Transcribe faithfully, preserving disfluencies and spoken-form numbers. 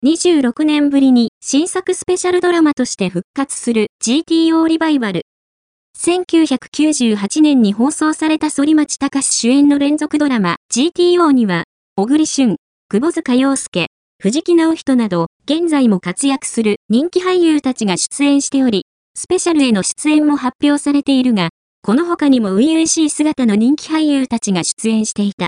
にじゅうろくねんぶりに新作スペシャルドラマとして復活する ジーティーオー リバイバル。せんきゅうひゃくきゅうじゅうはちねんに放送された反町隆史主演の連続ドラマ ジーティーオー には、小栗旬、窪塚洋介、藤木直人など、現在も活躍する人気俳優たちが出演しており、スペシャルへの出演も発表されているが、この他にも初々しい姿の人気俳優たちが出演していた。